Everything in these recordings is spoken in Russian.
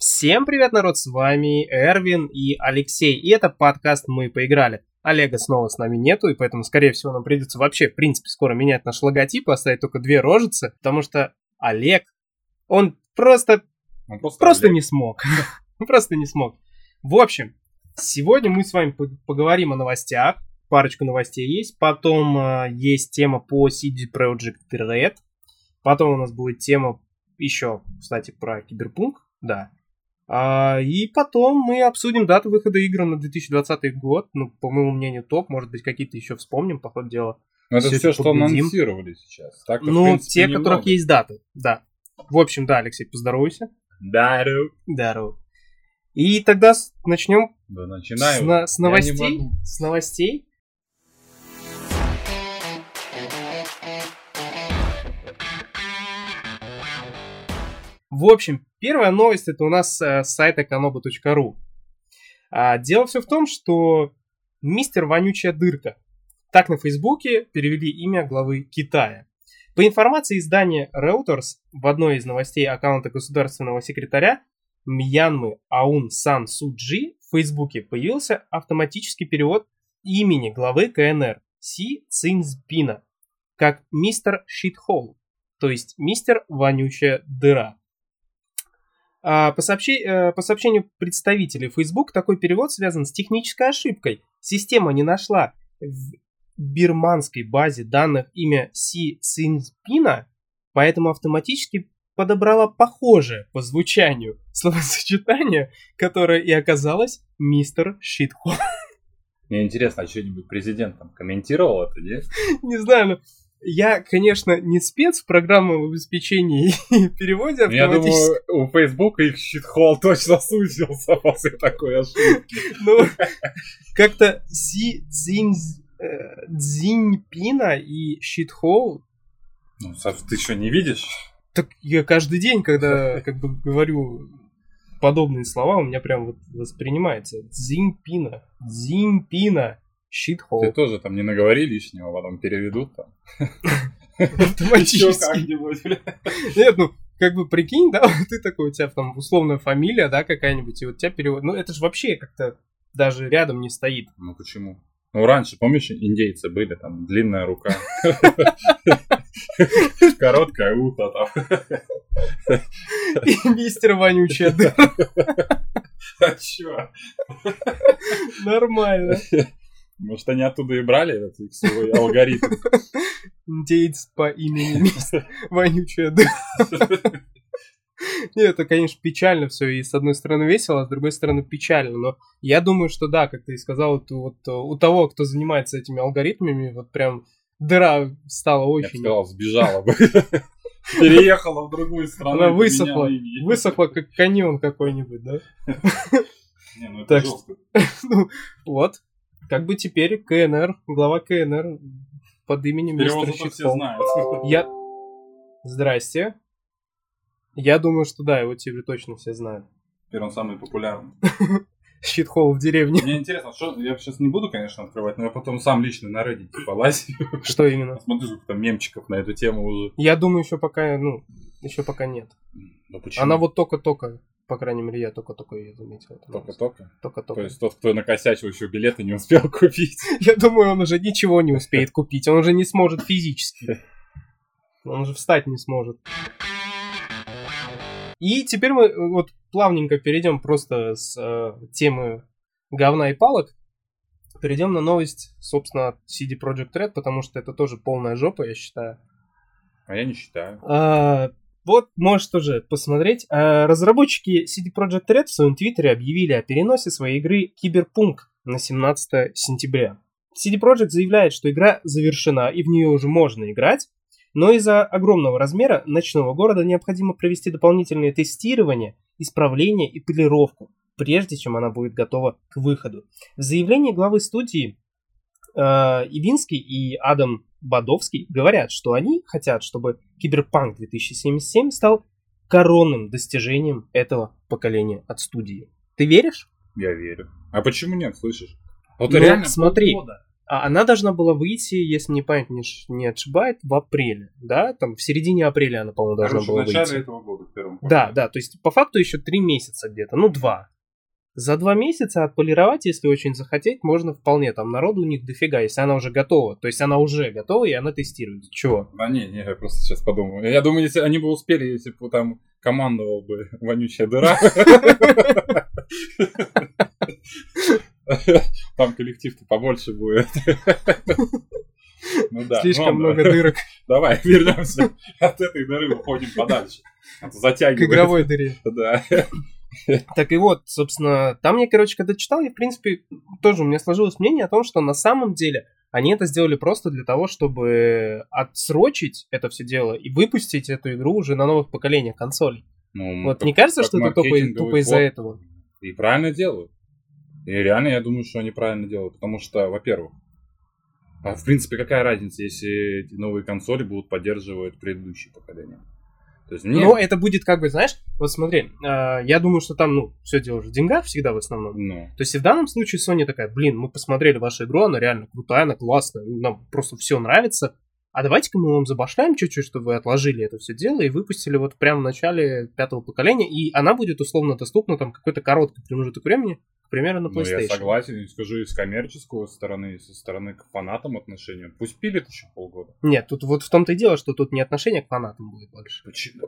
Всем привет, народ, с вами Эрвин и Алексей, и это подкаст «Мы поиграли». Олега снова с нами нету, и поэтому, скорее всего, нам придется вообще, в принципе, скоро менять наш логотип, оставить только две рожицы, потому что Олег, он просто не смог. Просто не смог. В общем, сегодня мы с вами поговорим о новостях, парочку новостей есть, потом есть тема по CD Projekt Red, потом у нас будет тема еще, кстати, про Киберпанк, да. И потом мы обсудим дату выхода игр на 2020 год. Ну, по моему мнению, топ. Может быть, какие-то еще вспомним, по ходу дела. Но это все, что анонсировали сейчас. Так-то, ну, в принципе, те, немного. Которых есть даты, да. В общем, да, Алексей, поздоровайся. Дару. И тогда начнем. Да, начинаю. С новостей. С новостей. В общем, первая новость это у нас с сайта konoba.ru. Дело все в том, что мистер Вонючая Дырка. Так на Фейсбуке перевели имя главы Китая. По информации издания Reuters, в одной из новостей аккаунта государственного секретаря Мьянмы Аун Сан Су Чжи в Фейсбуке появился автоматический перевод имени главы КНР Си Цзиньпина как мистер Шитхол, то есть мистер Вонючая Дыра. По сообщению представителей Facebook, такой перевод связан с технической ошибкой. Система не нашла в бирманской базе данных имя Си Цзиньпина, поэтому автоматически подобрала похожее по звучанию словосочетание, которое и оказалось мистер Шитхол. Мне интересно, а что-нибудь президент там комментировал это, нет? Не знаю, но я, конечно, не спец в программном обеспечении и переводе автоматически. Я думаю, у Facebook их щитхол точно сузился после такой ошибки. Ну, как-то Си Цзиньпина и щитхол. Ну, ты что, не видишь? Так я каждый день, когда как бы говорю подобные слова, у меня прям вот воспринимается. Цзиньпина. Shithole. Ты тоже там не наговори лишнего, потом переведут там. Автоматически. Нет, ну, как бы прикинь, да, ты такой, у тебя там условная фамилия, да, какая-нибудь, и вот тебя перевод. Ну, это же вообще как-то даже рядом не стоит. Ну, почему? Ну, раньше, помнишь, индейцы были, там, длинная рука, короткое ухо там. И мистер Вонючая Дыра. А чё? Нормально. Может, они оттуда и брали этот свой алгоритм? Индейец по имени мистер Вонючая Дыра. Нет, это, конечно, печально все, и с одной стороны весело, а с другой стороны печально, но я думаю, что да, как ты и сказал, вот у того, кто занимается этими алгоритмами, вот прям дыра стала очень... Я бы сказал, сбежала бы. Переехала в другую страну. Она высохла как каньон какой-нибудь, да? Не, ну это жестко. Ну, вот, как бы теперь КНР, глава КНР под именем мистера Щитхол. Здрасте. Я думаю, что да, его теперь точно все знают. Теперь он самый популярный. Щитхол в деревне. Мне интересно, что я сейчас не буду, конечно, открывать, но я потом сам лично на Reddit полазю. Что именно? Смотрю, сколько там мемчиков на эту тему уже. Я думаю, еще пока нет. Ну почему? Она вот только-только, по крайней мере, я только-только ее заметил. Только-только? Только-только. То есть тот, кто накосячил, еще билеты не успел купить. Я думаю, он уже ничего не успеет купить, он уже не сможет физически. Он уже встать не сможет. И теперь мы вот плавненько перейдем просто с темы говна и палок. Перейдем на новость, собственно, от CD Projekt Red, потому что это тоже полная жопа, я считаю. А я не считаю. Вот, можешь тоже посмотреть. Разработчики CD Projekt Red в своем твиттере объявили о переносе своей игры Киберпанк на 17 сентября. CD Projekt заявляет, что игра завершена и в нее уже можно играть, но из-за огромного размера ночного города необходимо провести дополнительное тестирование, исправление и полировку, прежде чем она будет готова к выходу. В заявлении главы студии Ивинский и Адам Бадовский говорят, что они хотят, чтобы Киберпанк 2077 стал коронным достижением этого поколения от студии. Ты веришь? Я верю. А почему нет, слышишь? Вот Ну, реально смотри, Она должна была выйти, если мне память не отшибает, в апреле, да? Там в середине апреля она, по-моему, должна была выйти. В начале этого года, в первом Да, то есть по факту еще 3 месяца где-то, 2. За 2 месяца отполировать, если очень захотеть, можно вполне. Там народу у них дофига, если она уже готова. То есть она уже готова, и она тестируется. Чего? Да не, я просто сейчас подумал. Я думаю, если они бы успели, если бы там командовал бы вонючая дыра. Там коллектив-то побольше будет. Слишком много дырок. Давай, вернемся. От этой дыры уходим подальше. Затягиваем. К игровой дыре. Да. Так и вот, собственно, там я, когда читал, я, в принципе, тоже у меня сложилось мнение о том, что на самом деле они это сделали просто для того, чтобы отсрочить это все дело и выпустить эту игру уже на новых поколениях консолей. Вот не кажется, что это тупо из-за этого? И правильно делают. И реально я думаю, что они правильно делают, потому что, во-первых, в принципе, какая разница, если эти новые консоли будут поддерживать предыдущие поколения? То есть Ну, это будет знаешь, вот смотри, я думаю, что там, все дело в деньгах всегда в основном. То есть и в данном случае Sony такая, мы посмотрели вашу игру, она реально крутая, она классная, нам просто все нравится, а давайте-ка мы вам забашляем чуть-чуть, чтобы вы отложили это все дело и выпустили вот прямо в начале 5-го поколения, и она будет условно доступна там какой-то короткий промежуток времени, к примеру, на PlayStation. Я согласен, скажу и с коммерческого стороны, и со стороны к фанатам отношения. Пусть пилит еще полгода. Нет, тут вот в том-то и дело, что тут не отношение к фанатам будет больше. Почему?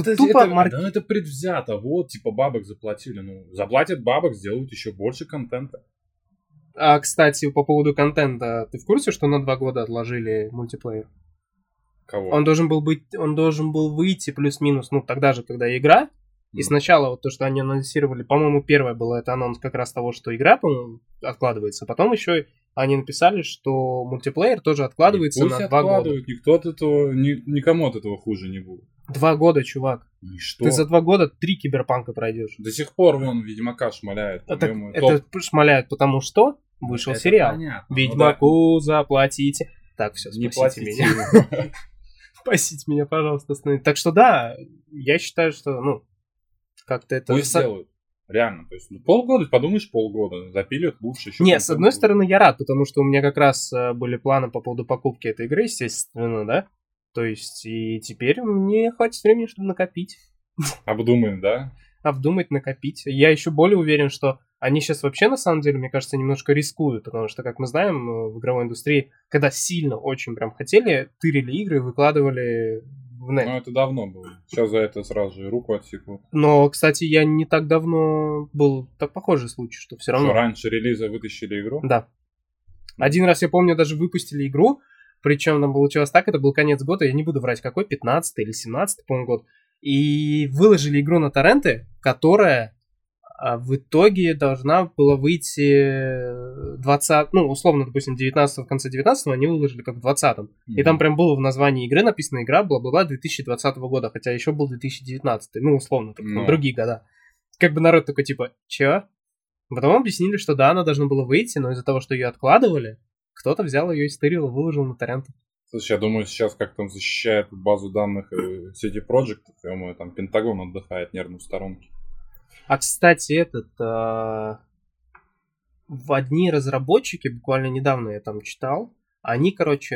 Это предвзято, вот, типа бабок заплатили. Заплатят бабок, сделают еще больше контента. А, кстати, по поводу контента, ты в курсе, что на 2 года отложили мультиплеер? Кого? Он должен был выйти плюс-минус, тогда же, когда игра. И сначала вот то, что они анонсировали, по-моему, первое было это анонс как раз того, что игра, по-моему, откладывается. Потом еще они написали, что мультиплеер тоже откладывается на 2 года. Никто от этого, никому от этого хуже не будет. 2 года, чувак. И что? Ты за 2 года 3 киберпанка пройдешь. До сих пор вон Ведьмака шмаляет. Это шмаляют, потому что вышел сериал. Понятно. Ведьмаку заплатите. Так, все, спасите меня. Спасите меня, пожалуйста, остановите. Так что да, я считаю, что, как-то это... Пусть сделают. Реально. То есть, полгода, подумаешь, полгода. Запилят лучше еще. Нет, с одной стороны, я рад, потому что у меня как раз были планы по поводу покупки этой игры, естественно, да? То есть, и теперь мне хватит времени, чтобы накопить. Обдумаем, да? Обдумать, накопить. Я еще более уверен, что они сейчас вообще, на самом деле, мне кажется, немножко рискуют, потому что, как мы знаем, в игровой индустрии, когда сильно очень прям хотели, тырили игры и выкладывали в нет. Это давно было. Сейчас за это сразу же руку отсекут. Но, кстати, я не так давно был так похожий случай, что все равно... Что, раньше релиза вытащили игру? Да. Один раз, я помню, даже выпустили игру, причем там получилось так, это был конец года, я не буду врать, какой, 15-й или 17-й, по-моему, год. И выложили игру на торренты, которая в итоге должна была выйти 20, условно, допустим, 19 в конце 19-го, они выложили как в 20-м. И там прям было в названии игры написано игра, бла-бла-бла, 2020 года, хотя еще был 2019, условно, другие года. Как бы народ такой, типа, чё? Потом объяснили, что да, она должна была выйти, но из-за того, что ее откладывали, кто-то взял ее, истырил и выложил на торренты. Слушай, я думаю, сейчас как там защищает базу данных CD Projekt, я думаю, там Пентагон отдыхает нервно в сторонке. А, кстати, в одни разработчики, буквально недавно я там читал, они,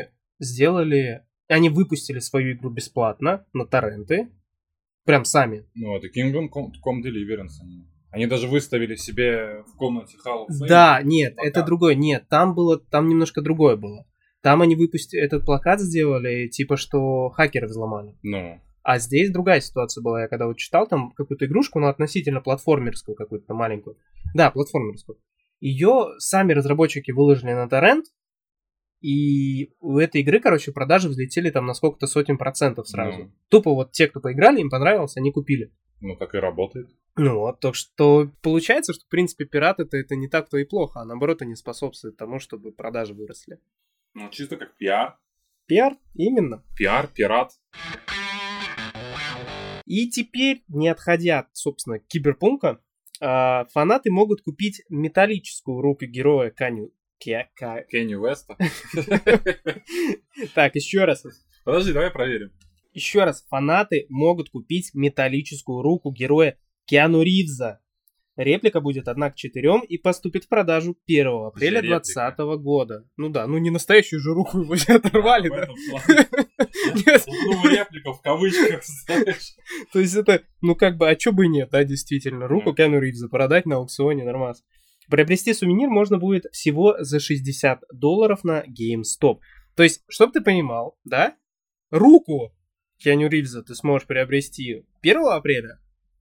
они выпустили свою игру бесплатно на торренты, прям сами. Это Kingdom Come Deliverance. Они даже выставили себе в комнате Hall of Fame. Да, нет, это другое, нет, там немножко другое было. Там они этот плакат сделали, типа, что хакеры взломали. А здесь другая ситуация была. Я когда читал там какую-то игрушку, относительно платформерскую какую-то маленькую. Да, платформерскую. Ее сами разработчики выложили на торрент, и у этой игры, продажи взлетели там на сколько-то сотен процентов сразу. Тупо те, кто поиграли, им понравилось, они купили. Так и работает. Так что получается, что, в принципе, пираты это не так-то и плохо, а наоборот, они способствуют тому, чтобы продажи выросли. Чисто как пиар. Пиар, именно. Пиар, пират. И теперь, не отходя от, собственно, киберпанка, фанаты могут купить металлическую руку героя Кенни Уэста. Так, еще раз. Подожди, давай проверим. Еще раз, фанаты могут купить металлическую руку героя Киану Ривза. Реплика будет 1 к 4 и поступит в продажу 1 апреля Реплика. 2020 года. Ну да, ну не настоящую же руку его же оторвали, В да? этом плане. Нет, Ну, реплика в кавычках, знаешь. то есть это, ну как бы, а чё бы и нет, да, действительно. Руку Ну. Киану Ривза продать на аукционе нормально. Приобрести сувенир можно будет всего за $60 на GameStop. То есть, чтоб ты понимал, да, руку Киану Ривза ты сможешь приобрести 1 апреля,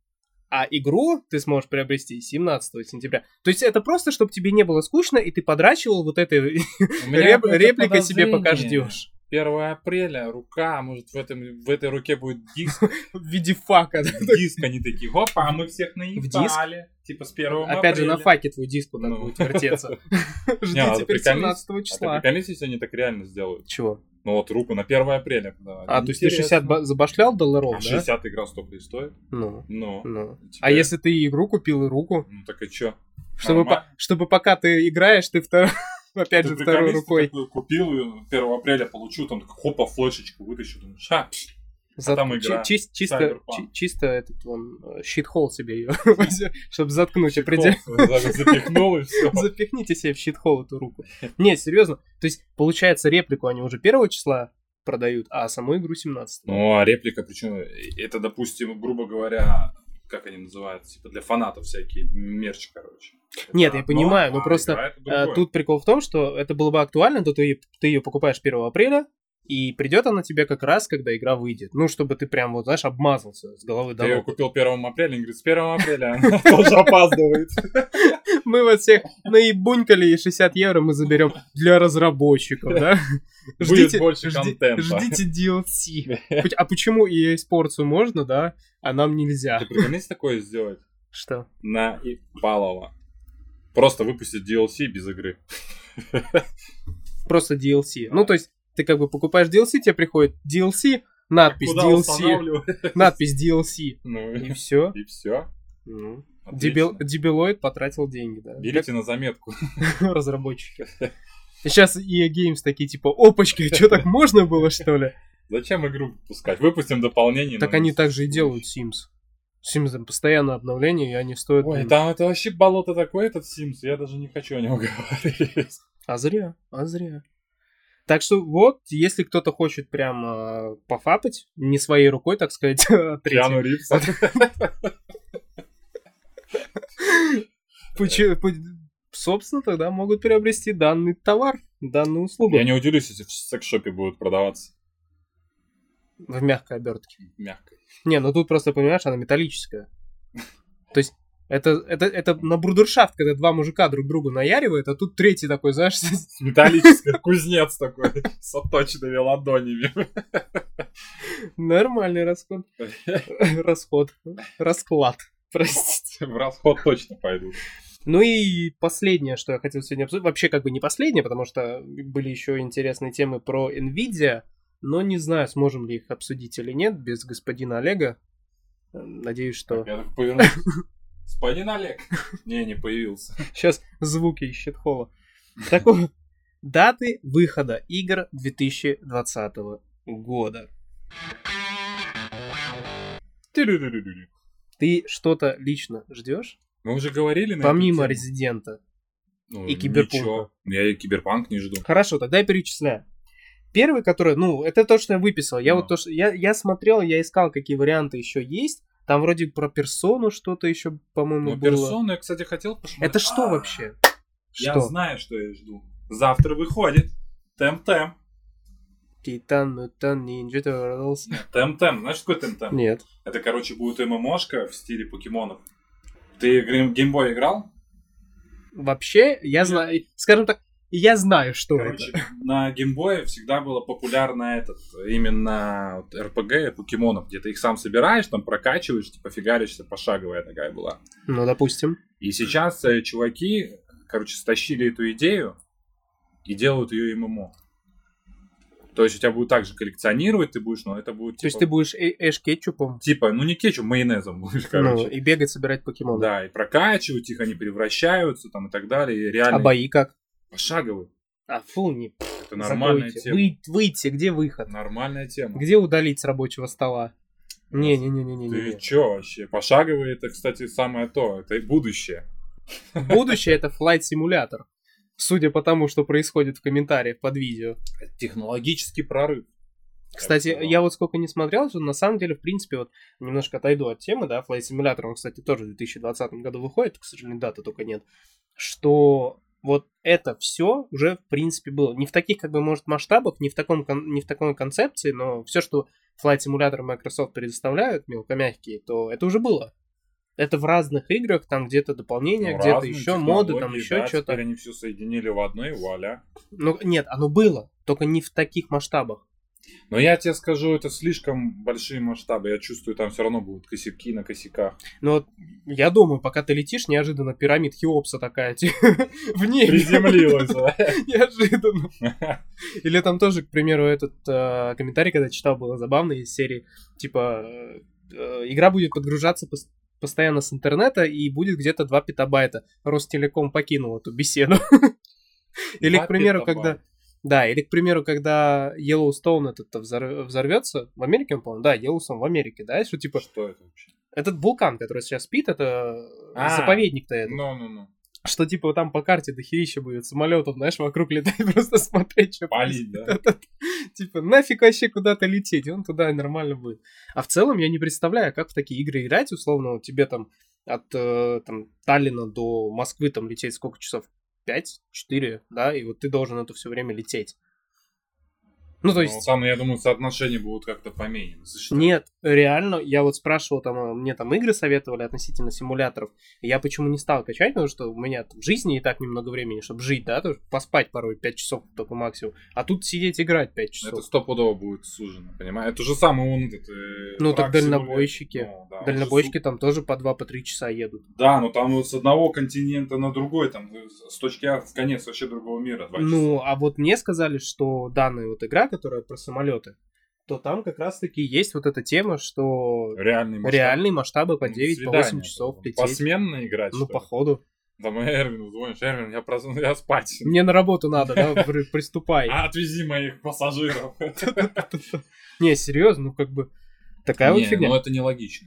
а игру ты сможешь приобрести 17 сентября. То есть это просто, чтобы тебе не было скучно, и ты подрачивал вот этой У меня какое-то репликой себе, пока подозрение. ждешь. 1 апреля, рука, может, в этой руке будет диск. В виде фака. Да? Диск, они такие, опа, мы всех наебали. Типа с 1 апреля. Опять же, на факе твой диск вот так Ну. будет вертеться. Не, Жди надо теперь приколись. 17 А ты числа. приколись, если они так реально сделают. Чего? Ну вот руку на 1 апреля. Да. А, то есть ты 60 забашлял долларов, А да? 60 игра столько и стоит? Ну. Ну. А Теперь- если ты и игру купил, и руку? Ну так и чё? Чтобы, Нормально. чтобы пока ты играешь, ты опять Ты же второй приколись, рукой. ты такой купил, и 1 апреля получу, там такой, хопа, флешечку вытащу, думаешь, там игра. Чисто Cyberpunk. этот вон щитхол себе ее, чтобы заткнуть Щитхол определенно. запихнул и все. Запихните себе в щитхол эту руку. Не, серьезно. То есть, получается, реплику они уже 1 числа продают, а саму игру 17. Ну, а реплика, причем, это, допустим, грубо говоря, как они называются, типа для фанатов всякие, мерч, короче. Нет, Это я одно, понимаю, но а просто игра это другое. тут прикол в том, что это было бы актуально, то ты ее покупаешь 1 апреля, и придет она тебе как раз, когда игра выйдет. Ну, чтобы ты прям, вот, знаешь, обмазался с головы до Ты ее ног. купил 1 апреля, они говорят, с 1 апреля она тоже опаздывает. Мы вот всех наебунькали, и 60 евро мы заберем для разработчиков, да? Будет больше контента. Ждите DLC. А почему EA Sports можно, да, а нам нельзя? Ты прикинь, такое сделать Что? на Ипалова. Просто выпустить DLC без игры. Просто DLC. Ну, то есть, ты как бы покупаешь DLC, тебе приходит DLC, надпись Куда DLC, устанавливать? надпись DLC, Ну, и все. и все. Дебилоид потратил деньги, да. Берите на заметку. Разработчики. И сейчас EA Games такие, типа, опачки, что так можно было, что ли? Зачем игру пускать? Выпустим дополнение. Так но они не так же и делают существующее. Sims. Sims там постоянно обновления, и они стоят... Ой, там это вообще болото такое, этот Sims, я даже не хочу о нем говорить. А зря, а зря. Так что вот, если кто-то хочет прям пофапать, не своей рукой, так сказать, Киану Ривз. собственно, тогда могут приобрести данный товар, данную услугу Я не удивлюсь, если в секс-шопе будут продаваться в мягкой обертке. мягко. Не, ну тут просто, понимаешь, она металлическая. То есть, это на брудершафт, когда два мужика друг другу наяривают, а тут третий такой, знаешь... Металлический кузнец такой, с отточенными ладонями. Нормальный расход. Расклад. Простите. В расход точно пойдут. Ну и последнее, что я хотел сегодня обсудить, вообще как бы не последнее, потому что были еще интересные темы про Nvidia, но не знаю, сможем ли их обсудить или нет без господина Олега. Надеюсь, что... Я так повернулся. Господин Олег. Не появился. Сейчас звуки из щитхола. Так вот, даты выхода игр 2020 года. Ты что-то лично ждешь? Мы уже говорили на Помимо эту тему. Резидента Ну, и Киберпанка. ничего. Я и Киберпанк не жду. Хорошо, тогда я перечисляю. Первый, который, ну, это то, что я выписал. Я Ну. вот то, что я смотрел, я искал, какие варианты еще есть. Там вроде про персону что-то еще, по-моему, Ну, было. персону я, кстати, хотел посмотреть. Это что вообще? Я Что? знаю, что я жду. Завтра выходит Тем-Тем. Титан, Мутан, Ninja Turtles. Тем-Тем. Знаешь, что такое Тем-Тем? Нет. Это, короче, будет ММОшка в стиле покемонов. Ты геймбой играл? Вообще, я знаю, скажем так, я знаю, что Короче, это. на геймбое всегда было популярно именно РПГ покемонов, где ты их сам собираешь, там прокачиваешь, типа фигаришься, пошаговая такая была. Ну, допустим. И сейчас чуваки, короче, стащили эту идею и делают ее ММО. То есть у тебя будет также коллекционировать, ты будешь, но это будет То есть ты будешь Эш кетчупом, типа, ну не кетчуп, майонезом будешь, ну, короче. и бегать, собирать покемонов. Да, и прокачивать их, они превращаются там и так далее. И А реально бои как? пошаговые. А, фу, не... Это нормальная закройте. тема. Выйти, где выход? Нормальная тема. Где удалить с рабочего стола? Не-не-не-не-не. Ты чё вообще? Пошаговый это, кстати, самое то. Это будущее. Будущее — это Flight Simulator. Судя по тому, что происходит в комментариях под видео. Технологический прорыв. Кстати, я вот сколько не смотрел, что на самом деле, в принципе, вот немножко отойду от темы, да, Flight Simulator, он, кстати, тоже в 2020 году выходит, к сожалению, даты только нет, что вот это все уже, в принципе, было. Не в таких, как бы, может, масштабах, не в такой концепции, но все, что Flight Simulator и Microsoft предоставляют, мелкомягкие, то это уже было. Это в разных играх, там где-то дополнения, где-то еще моды, там еще что-то. Теперь они все соединили в одно, и вуаля. Ну, нет, оно было, только не в таких масштабах. Но я тебе скажу, это слишком большие масштабы. Я чувствую, там все равно будут косяки на косяках. Ну вот, я думаю, пока ты летишь, неожиданно пирамид Хеопса такая в небе. Приземлилась, да? Неожиданно. Или там тоже, к примеру, этот комментарий, когда читал, было забавно из серии, типа, игра будет подгружаться постоянно с интернета и будет где-то 2 петабайта. Ростелеком покинул эту беседу. Или, к примеру, когда... Да, или, к примеру, когда Yellowstone этот взорвется, в Америке, он, по-моему, да, Yellowstone в Америке, да, что типа... Что это вообще? Этот вулкан, который сейчас спит, это заповедник-то этот. Ну. Что типа там по карте дохерища будет самолетов, знаешь, вокруг летать, просто смотреть, что палить, да? Типа нафиг вообще куда-то лететь, он туда и нормально будет. А в целом я не представляю, как в такие игры играть, условно, тебе там от там, Таллина до Москвы там лететь сколько часов? 5-4, да, и вот ты должен это все время лететь. Ну, то есть... Там, я думаю, соотношения будут как-то поменены. Нет, реально, я вот спрашивал, там, мне там игры советовали относительно симуляторов, и я почему не стал качать, потому что у меня в жизни и так немного времени, чтобы жить, да, то поспать порой 5 часов только максимум, а тут сидеть играть 5 часов. Это стопудово будет сужено, понимаешь? Это же самый он этот... Ну, так дальнобойщики. Ну, да, дальнобойщики там тоже по 2-3 часа едут. Да, но там вот с одного континента на другой, там с точки А в конец вообще другого мира 2 часа. Ну, а вот мне сказали, что данная вот игра, которая про самолеты, то там как раз-таки есть вот эта тема, что реальные масштабы по 9-8 часов лететь. Посменно играть, ну, походу. Там Эрвину звонишь, Эрвин, я спать. Мне на работу надо, да, приступай. Отвези моих пассажиров. Не, серьезно, ну как бы такая вот фигня. Ну это нелогично.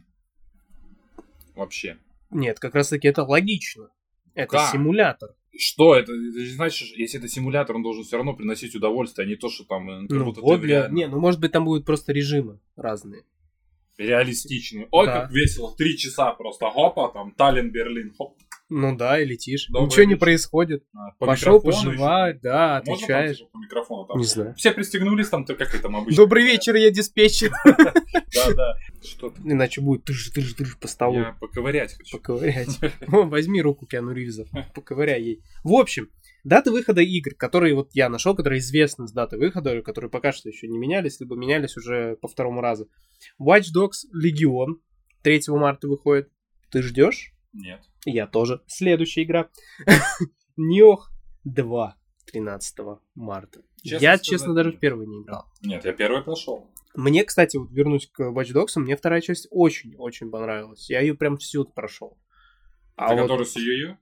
Вообще. Нет, как раз таки это логично. Это симулятор. Что это? Это же значит, если это симулятор, он должен все равно приносить удовольствие, а не то, что там... Ну, вот не, ну может быть там будут просто режимы разные. Реалистичные. Ой, да. Как весело. 3 часа просто хопа, там Таллин, Берлин, хоп. Ну да, и летишь. Добрый ничего вечер. не происходит. Пошел пожевать, еще. да, отвечаешь. Можно там, по микрофону там? Не знаю. Все пристегнулись там, как это там обычно. Добрый вечер, я диспетчер. Да. Что ты? Иначе будет тыж по столу. Я поковырять хочу. Поковырять. Возьми руку Киану Ривза, поковыряй ей. В общем, даты выхода игр, которые вот я нашел, которые известны с даты выхода, которые пока что еще не менялись, либо менялись уже по второму разу. Watch Dogs Legion 3 марта выходит. Ты ждешь? Нет. Я тоже. Следующая игра. Nioh 2 13 марта. Честно, даже в первый не играл. Нет, я первый прошел. Мне, кстати, вот вернусь к Watch Dogs, мне вторая часть очень-очень понравилась. Я ее прям всю прошел. Это которая с Йо-Йо?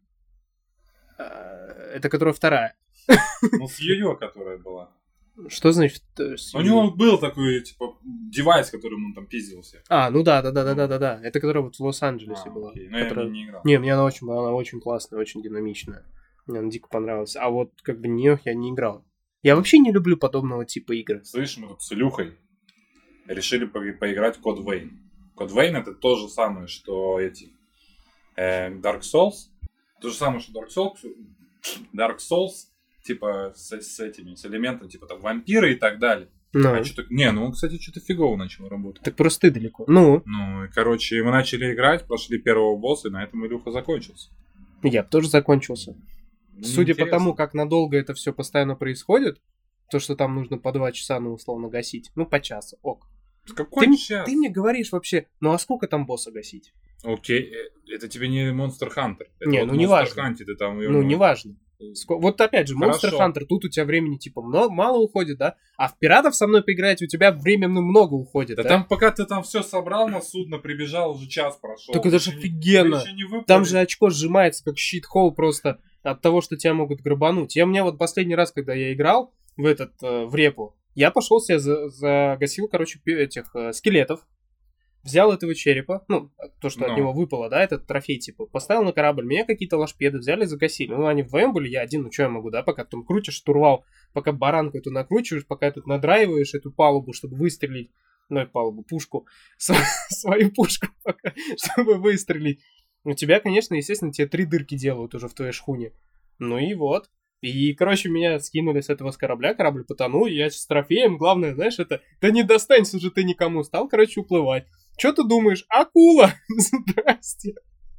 Это которая вторая. Ну, с Йо-Йо, которая была. Что значит? У него был такой, типа, девайс, которым он там пиздился. Ну да. Это которая вот в Лос-Анджелесе была. Но я не играл. Не, мне она очень классная, очень динамичная. Мне она дико понравилась. А вот как бы Nioh я не играл. Я вообще не люблю подобного типа игр. Слышь, мы тут с Илюхой решили поиграть в Code Vein. Code Vein это то же самое, что эти Dark Souls. То же самое, что Dark Souls, типа с элементами, типа там вампиры и так далее. Он, кстати, что-то фигово начал работать. Так просто ты далеко. Ну, и, короче, мы начали играть, прошли первого босса, и на этом Илюха закончился. Я бы тоже закончился. Судя по тому, как надолго это все постоянно происходит, то, что там нужно по 2 часа, условно, гасить. По часу, ок. Какой час? Ты мне говоришь вообще, а сколько там босса гасить? Окей, это тебе не Monster Hunter. Это не, не важно. Ты там не важно. Вот опять же, Monster Hunter, тут у тебя времени типа мало уходит, да? А в пиратов со мной поиграть у тебя времени много уходит, да? Там пока ты там все собрал на судно, прибежал, уже час прошел. Так это же офигенно. Там же очко сжимается как щит-холл просто от того, что тебя могут грабануть. У меня вот последний раз, когда я играл в репу, я пошел себе загасил, этих скелетов. взял этого черепа, ну, то, что от Ну. него выпало, да, этот трофей, типа, поставил на корабль, меня какие-то лошпеды взяли, загасили. Ну, они вдвоем были, я один, ну, что я могу, да, пока ты там крутишь штурвал, пока баранку эту накручиваешь, пока ты надраиваешь эту палубу, чтобы выстрелить, ну, палубу, пушку, свою пушку пока, чтобы выстрелить. У тебя, конечно, естественно, тебе 3 дырки делают уже в твоей шхуне. Ну и вот. И, короче, меня скинули с этого с корабля, корабль потонул, и я с трофеем, главное, знаешь, это, да не достанься уже ты никому, стал, короче, уплывать. Че ты думаешь? Акула! Здрасте.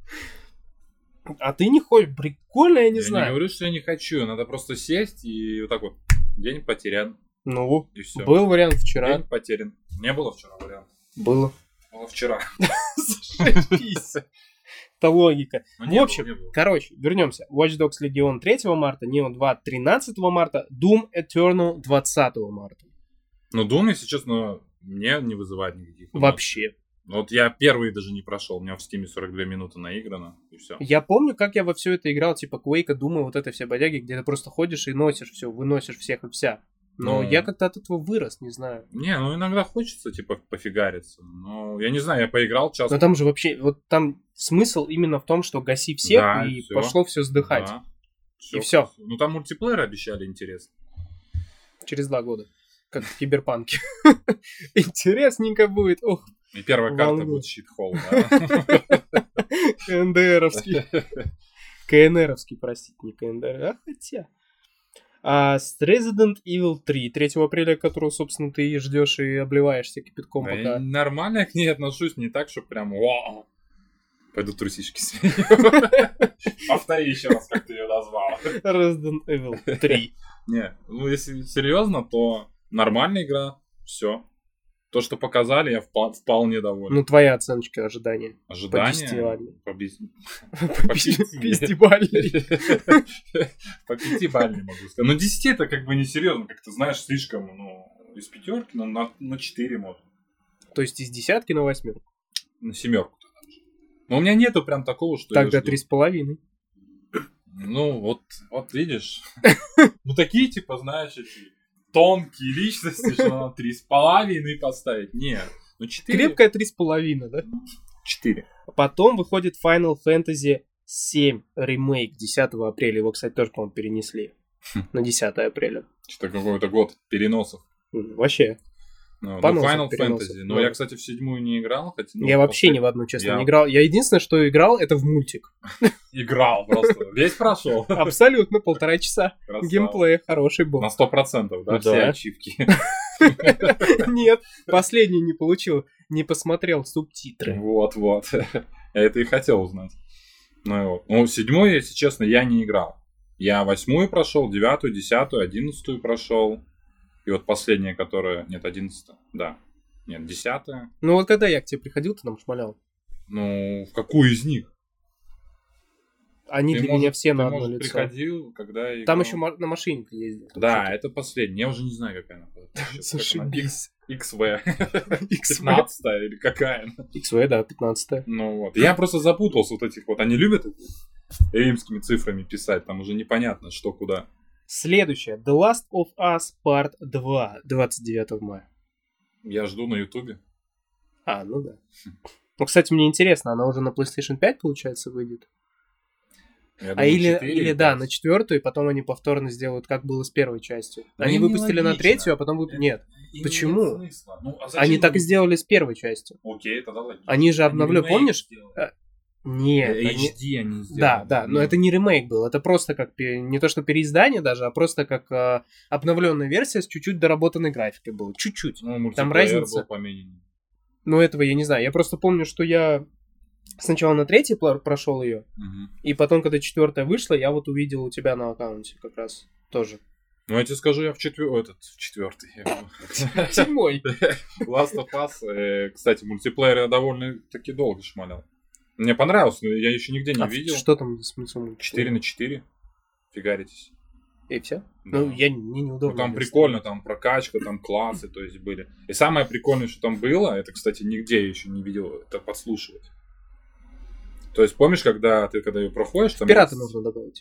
А ты не ходишь, прикольно, я не Я знаю. не говорю, что я не хочу, надо просто сесть и вот так вот, день потерян, Ну, и все. был вариант вчера. День потерян. Не было вчера варианта. Было. Было вчера. Зашибись. Это логика. Ну, В не общем, было, не было. короче, вернемся. Watch Dogs Legion 3 марта, Neo 2 13 марта, Doom Eternal 20 марта. Ну, Doom, если честно, мне не вызывает никаких эмоций. Вообще. Вот я первый даже не прошел, у меня в Steam 42 минуты наиграно, и все. Я помню, как я во все это играл, типа Quake, Doom, вот это все бодяги, где ты просто ходишь и носишь все, выносишь всех и вся. Но Ну. я как-то от этого вырос, не знаю. Не, ну иногда хочется, типа, пофигариться. Но я не знаю, я поиграл час. Но там же вообще, вот там смысл именно в том, что гаси всех, Да, и всё. пошло все сдыхать. Да. И всё. Ну там мультиплеер обещали интересно. Через 2 года. Как в Киберпанке. Интересненько будет. Ох, И первая карта Волнует. будет щит-холл, да? КНДРовский. КНРовский, простите, не КНДР. А хотя... с Resident Evil 3, 3 апреля, которого, собственно, ты и ждешь и обливаешься кипятком Да пока. я нормально к ней отношусь, не так, что прям вау. Пойду трусишки сменю. Повтори еще раз, как ты ее назвал. Resident Evil 3. Не, ну если серьезно, то нормальная игра, все. То, что показали, я вполне доволен. Ну, твоя оценочка, ожидания. Ожидания... десятибалльной. По Пятибалльной. По 5 могу сказать. Но 10 это как бы не серьезно, как ты знаешь, слишком, ну, из 5 на 4 можно. То есть из 10 на 8. На 7 тогда же. Но у меня нету прям такого, что Тогда я жду. 3,5. Ну, вот видишь. Ну, такие, типа, знаешь, эти тонкие личности, что надо 3,5 поставить. Нет. Ну, 4. Крепкая 3,5, да? 4. Потом выходит Final Fantasy 7 ремейк 10 апреля. Его, кстати, тоже, по-моему, перенесли на 10 апреля. Что-то какой-то год переносов. Вообще. Ну, Поносов, Final переносов. Fantasy. Но я, кстати, в 7 не играл. Хотя, ну, Я вообще после- ни в одну, честно, Я- не играл. Я единственное, что играл, это в мультик. Играл просто. Весь прошел. Абсолютно, 1,5 часа. Красава. Геймплей хороший был. На 100%, да? Да. Все ачивки. Нет, последний не получил. Не посмотрел субтитры. Вот. Я это и хотел узнать. Ну, и вот. Ну, 7, если честно, я не играл. Я 8 прошел, 9, 10, 11 прошел. И вот последняя, которая... Нет, 11. Да. Нет, 10. Ну вот когда я к тебе приходил, ты нам шмалял. Ну, в какую из них? Они Ты, для может, меня все на ты, одно может, лицо. приходил, когда я Там играл? еще на машине ты ездил. Да, это последняя. Я уже не знаю, какая она. Зашибись. XV. XV. 15 или какая она. XV, да, 15. Ну вот. Я просто запутался вот этих вот. Они любят эти римскими цифрами писать. Там уже непонятно, что куда. Следующее. The Last of Us Part 2. 29 мая. Я жду на Ютубе. А, ну да. Ну, кстати, мне интересно, она уже на PlayStation 5, получается, выйдет? Я А думаю, или 4 да, 5. на 4, и потом они повторно сделают, как было с первой частью. Ну, Они им выпустили на нелогично. 3, а потом Нет. Им Почему? нет смысла. Ну, а зачем Они так и вы- сделали с первой частью. Окей, тогда логично. Они же обновлю, ремейк помнишь? сделали. Нет. они- HD они сделали. Да, но это не ремейк был, это просто как, не то что переиздание даже, а просто как обновленная версия с чуть-чуть доработанной графикой была. Чуть-чуть. Ну, мультиплеер Там разница. был поменен. Но этого я не знаю. Я просто помню, что я сначала на 3 прошел ее, Мгм. и потом, когда 4 вышла, я вот увидел у тебя на аккаунте как раз тоже. Ну, я тебе скажу, я в 4-й. 7. Last of Us, кстати, мультиплеер я довольно-таки долго шмалял. Мне понравился, но я еще нигде не видел. Что там с смыслом? 4/4. Фигаритесь. И все? Да. Ну, мне неудобно. Ну, там если- прикольно, там прокачка, там классы, то есть были. И самое прикольное, что там было, это, кстати, нигде я еще не видел, это подслушивать. То есть, помнишь, когда ее проходишь, там Пираты есть нужно добавить.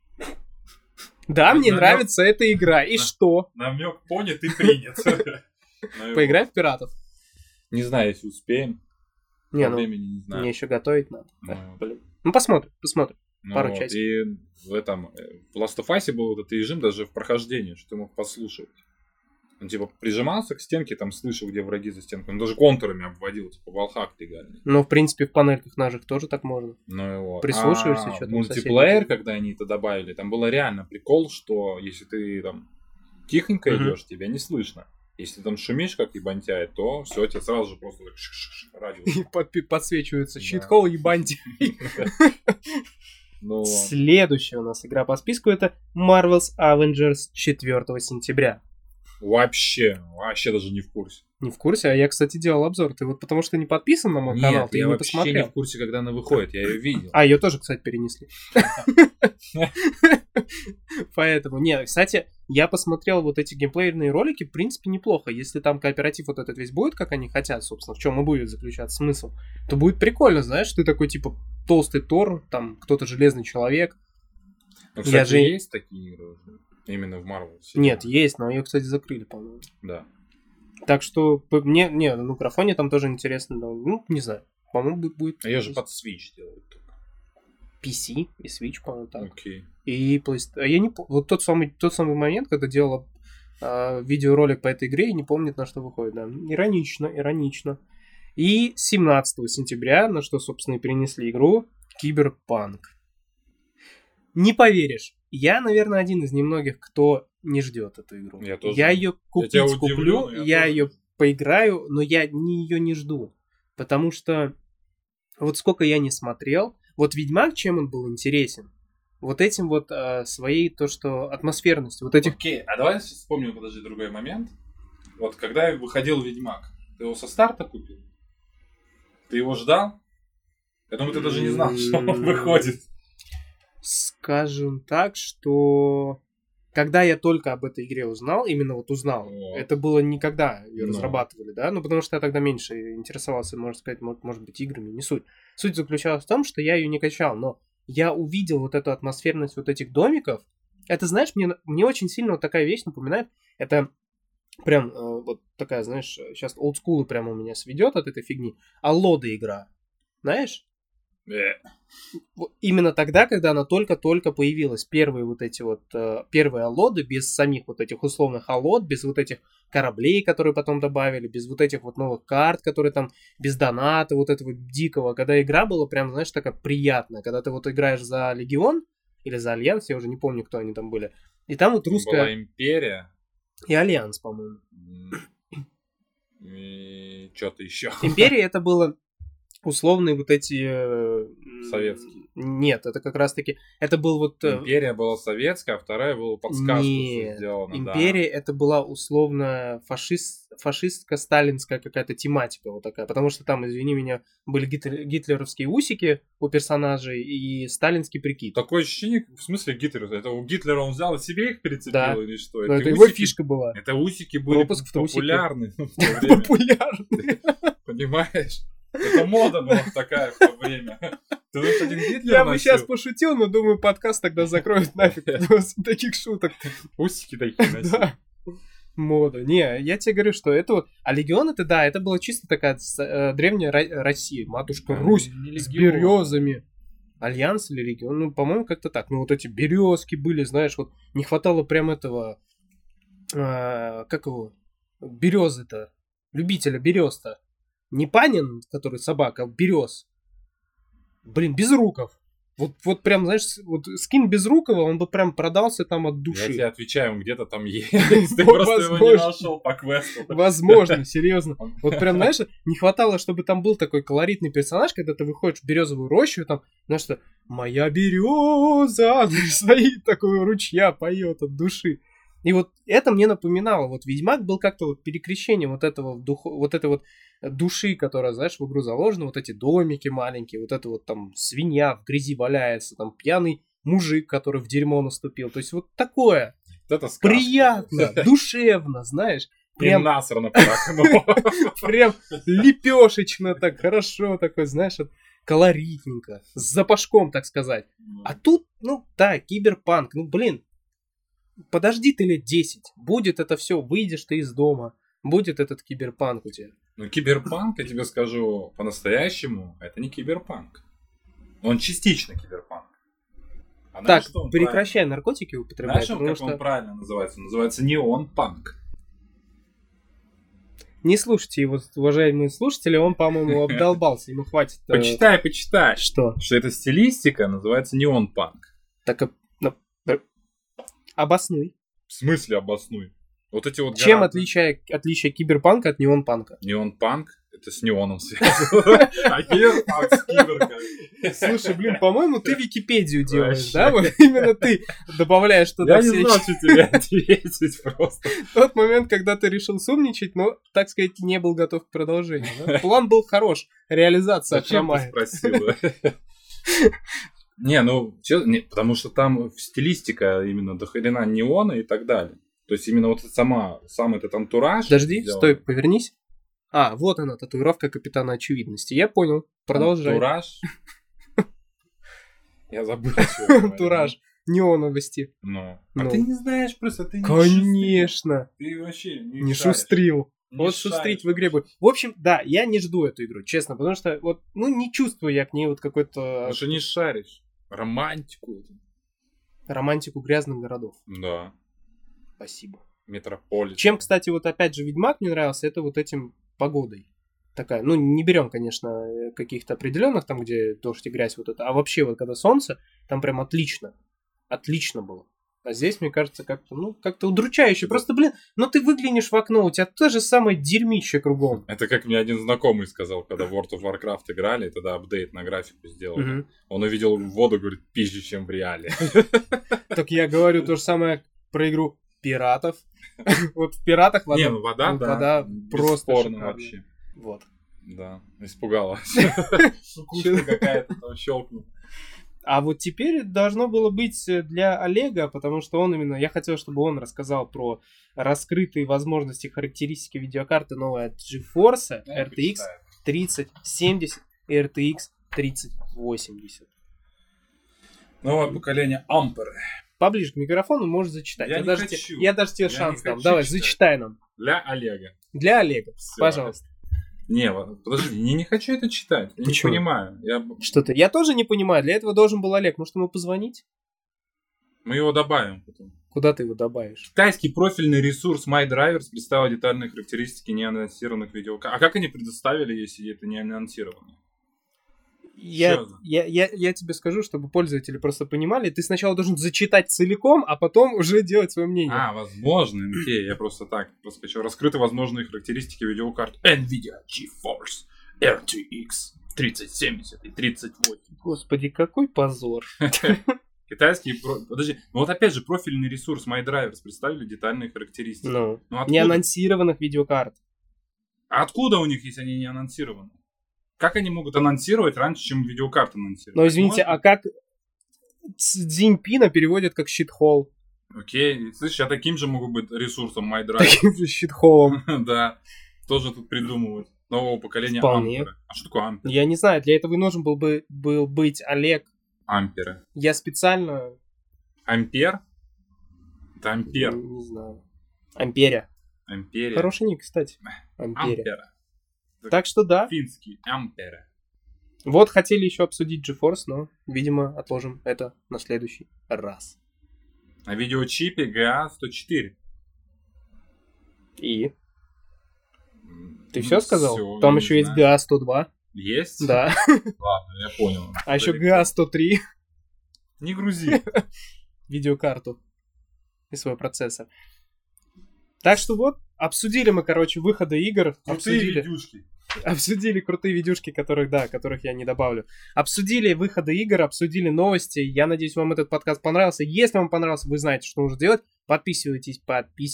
Да, мне Намёк- нравится эта игра. И Да. что? намек понят и принят. Ну и Поиграем в пиратов? вот. Не знаю, если успеем. Не, по времени не знаю. Мне еще готовить надо. Ну, Блин. Ну, посмотрим. ну Пару вот, часиков. и в Last of Us был вот этот режим даже в прохождении, что ты мог подслушивать. Он типа прижимался к стенке, там слышал, где враги за стенкой. Он даже контурами обводил, типа валхак легальный. Ну, в принципе, в панельках наших тоже так можно. Ну и вот. Прислушиваешься, что там мультиплеер, когда они это добавили, там было реально прикол, что если ты там тихонько идешь, тебя не слышно. Если ты там шумишь, как ебантяй, то все, тебе сразу же просто так радио. И подсвечивается Да. щит-холл и банди. Ну, Следующая у нас игра по списку это Marvel's Avengers 4 сентября. вообще даже не в курсе. Не в курсе, а я, кстати, делал обзор. Ты вот потому что не подписан на мой канал, ты я не вообще посмотрел. не в курсе, когда она выходит, я ее видел. А, ее тоже, кстати, перенесли. Поэтому, не, кстати, я посмотрел вот эти геймплейные ролики, в принципе, неплохо. Если там кооператив вот этот весь будет, как они хотят, собственно, в чем и будет заключаться смысл, то будет прикольно, знаешь, ты такой, типа, толстый Тор, там, кто-то железный человек. Ну, Я кстати, же- есть такие игры уже? Именно в Marvel? Нет, есть, но ее, кстати, закрыли, по-моему. Да. Так что, на графоне там тоже интересно, да, ну, не знаю, по-моему, будет... А я же под Switch делаю только. PC и Switch, по-моему, так. Окей. И PlayStation. А я не помню. Вот тот самый момент, когда делала видеоролик по этой игре, и не помнит, на что выходит. Да. Иронично. И 17 сентября, на что, собственно, и перенесли игру, Киберпанк. Не поверишь, я, наверное, один из немногих, кто не ждет эту игру. Я тоже. Я ее купить Я тебя удивлю, куплю, но я тоже. ее поиграю, но я ее не жду. Потому что вот сколько я не смотрел, вот Ведьмак, чем он был интересен? Вот этим вот своей, то что атмосферностью, вот этих... Окей, а давай сейчас вспомним, подожди, другой момент. Вот когда выходил Ведьмак, ты его со старта купил? Ты его ждал? Я думаю, ты даже не знал, что он выходит. Скажем так, что когда я только об этой игре узнал, именно вот узнал, Вот. это было не когда ее Ну. разрабатывали, да, ну потому что я тогда меньше интересовался, можно сказать, может быть, играми, не суть. Суть заключалась в том, что я ее не качал, но я увидел вот эту атмосферность вот этих домиков. Это, знаешь, мне очень сильно вот такая вещь напоминает, это прям вот такая, знаешь, сейчас олдскулы прямо у меня сведет от этой фигни, Аллода игра, знаешь? Именно тогда, когда она только-только появилась, первые вот эти вот, первые Аллоды, без самих вот этих условных Аллод, без вот этих кораблей, которые потом добавили, без вот этих вот новых карт, которые там, без доната вот этого дикого, когда игра была прям, знаешь, такая приятная, когда ты вот играешь за Легион или за Альянс, я уже не помню, кто они там были, и там вот русская... Была Империя. И Альянс, по-моему. И что-то еще. Империя это было условные вот эти... Советские. Нет, это как раз-таки... Это был вот... Империя была советская, а вторая была подсказка Нет, сделана. Империя это была условно фашистско-сталинская какая-то тематика вот такая, потому что там, извини меня, были гитлеровские усики у персонажей и сталинский прикид. Такое ощущение, в смысле Гитлера? Это у Гитлера он взял и себе их прицепил Да. или что? Но Эти это его усики- фишка была. Это усики были Пропуск в трусики. популярны в то время, Популярный. понимаешь? Это мода была такая в то время. Ты думаешь, один Гитлер Я бы носил? сейчас пошутил, но думаю, подкаст тогда закроют нафиг после таких шуток. Усики такие носил. Да. Мода. Не, я тебе говорю, что это вот... А Легион это, да, это была чисто такая древняя Россия, матушка Русь Не с Легион. березами. Альянс или Легион, ну, по-моему, как-то так. Ну, вот эти березки были, знаешь, вот не хватало прям этого... как его? Березы-то. Любителя берез-то. Не Панин, который собака, а берез. Блин, Безруков. Вот прям, знаешь, вот скин Безрукова, он бы прям продался там от Я души. тебе отвечаю, он где-то там есть. Ты просто его не Возможно. нашел по квесту. Возможно, серьезно. Вот прям, знаешь, не хватало, чтобы там был такой колоритный персонаж, когда ты выходишь в березовую рощу, там, знаешь, что «Моя береза» стоит такой у ручья, поет от души. И вот это мне напоминало, вот Ведьмак был как-то вот перекрещением вот этого вот этой вот души, которая, знаешь, в игру заложена, вот эти домики маленькие, вот это вот там свинья в грязи валяется, там пьяный мужик, который в дерьмо наступил. То есть вот такое Вот это сказка. приятно, душевно, знаешь. Прям Прям, насрано по окну. прям лепешечно так, хорошо такой, знаешь, вот колоритненько, с запашком, так сказать. А тут, ну да, киберпанк, ну блин, подожди ты лет 10, будет это все, выйдешь ты из дома, будет этот киберпанк у тебя. Ну, киберпанк, я тебе скажу, по-настоящему, это не киберпанк. Он частично киберпанк. А Так, знаешь, прекращай наркотики употреблять, знаешь, как он правильно называется? Он называется неон-панк. Не слушайте его, уважаемые слушатели, он, по-моему, обдолбался, ему хватит... Почитай. Что? Что эта стилистика называется неон-панк. Так, обоснуй. В смысле обоснуй? Вот эти вот Чем отличие киберпанка от неон-панка? Неон-панк — это с неоном связано. А киберпанк с киберкой. Слушай, блин, по-моему, ты Википедию делаешь, да? Вот именно ты добавляешь туда все... Я не знал, что тебе ответить просто. Тот момент, когда ты решил сумничать, но, так сказать, не был готов к продолжению. Да? План был хорош, реализация хромает. Зачем ты спросил? Не, ну, потому что там стилистика именно до хрена неона и так далее. То есть именно вот сам этот антураж... Подожди, стой, повернись. А, вот она, татуировка Капитана Очевидности. Я понял, продолжай. Антураж? Я забыл, что антураж, неоновости. Ну. А ты не знаешь просто, ты не Конечно. Ты вообще не шустрил. Вот шустрить в игре будет. В общем, да, я не жду эту игру, честно, потому что вот, ну, не чувствую я к ней вот какой-то... Потому что не шаришь. Романтику. Романтику грязных городов. Да. Спасибо. Метрополис. Чем, кстати, вот опять же Ведьмак мне нравился, это вот этим погодой. Такая, ну, не берем, конечно, каких-то определенных, там, где дождь и грязь, вот это, а вообще вот когда солнце, там прям отлично. Отлично было. А здесь, мне кажется, как-то, ну, как-то удручающе. Просто, блин, ну ты выглянешь в окно, у тебя то же самое дерьмище кругом. Это как мне один знакомый сказал, когда в World of Warcraft играли, тогда апдейт на графику сделали. Угу. Он увидел воду, говорит, пизже, чем в реале. Так я говорю то же самое про игру Пиратов. Вот в Пиратах вода... Не, ну вода, да. Вода просто шикарная вообще. Вот. Да, испугалась. Кукушка какая-то там щелкнула. А вот теперь должно было быть для Олега, потому что он именно... Я хотел, чтобы он рассказал про раскрытые возможности характеристики видеокарты новой от GeForce RTX 3070 и RTX 3080. Новое поколение Амперы. Поближе к микрофону можешь зачитать. Я даже тебе шанс дам. Давай, зачитай нам. Для Олега. Для Олега, Всё. пожалуйста. Не, подожди, я не хочу это читать. Я Почему? не понимаю. Что ты? Я тоже не понимаю. Для этого должен был Олег. Может, ему позвонить? Мы его добавим потом. Куда ты его добавишь? Китайский профильный ресурс MyDrivers представил детальные характеристики неанонсированных видеокарт. А как они предоставили, если это не анонсировано? Я тебе скажу, чтобы пользователи просто понимали. Ты сначала должен зачитать целиком, а потом уже делать свое мнение. А, возможно. Окей, я просто так проскочил. Раскрыты возможные характеристики видеокарт NVIDIA GeForce RTX 3070 и 3080. Господи, какой позор. Китайские... Подожди, ну вот опять же, профильный ресурс MyDrivers представили детальные характеристики. Ну не анонсированных видеокарт. А откуда у них, если они не анонсированы? Как они могут анонсировать раньше, чем видеокарты анонсировать? Но извините, а как Цзиньпина переводят как щитхол? Окей, слышишь, а таким же могут быть ресурсом MyDrivers. Таким же щитхолом. Да, тоже тут придумывают. Нового поколения Ампера. А что такое Ампер? Я не знаю, для этого и нужен был быть Олег. Амперы. Я специально... Ампер? Это Ампер. Не знаю. Амперия. Амперия. Хороший ник, кстати. Амперия. Ампера. Так что да. Финский. Ампера. Вот хотели еще обсудить GeForce, но, видимо, отложим это на следующий раз. На видеочипе GA104. И? Ты все сказал? Всё, там еще есть GA102. Есть? Да. Ладно, я понял. А еще GA103. Не грузи. Видеокарту. И свой процессор. Так что вот, обсудили мы, короче, выходы игр. Обсудили крутые видюшки, которых я не добавлю. Обсудили выходы игр, обсудили новости. Я надеюсь, вам этот подкаст понравился. Если вам понравился, вы знаете, что нужно делать. Подписывайтесь.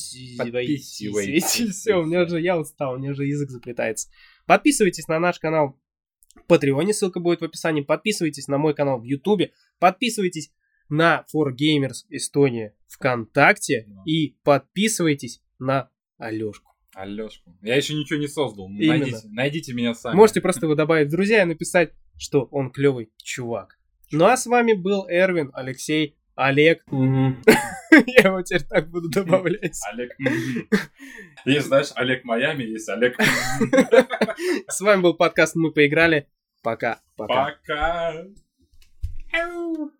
Все, я устал, у меня уже язык заплетается. Подписывайтесь на наш канал в Патреоне, ссылка будет в описании. Подписывайтесь на мой канал в Ютубе. Подписывайтесь на 4Gamers Estonia ВКонтакте. И подписывайтесь на Алёшку. Я еще ничего не создал. Найдите меня сами. Можете просто его добавить в друзья и написать, что он клевый чувак. Ну а с вами был Эрвин, Алексей, Олег. Я его теперь так буду добавлять. Олег. Есть, знаешь, Олег Майами, есть Олег. С вами был подкаст «Мы поиграли». Пока. Пока.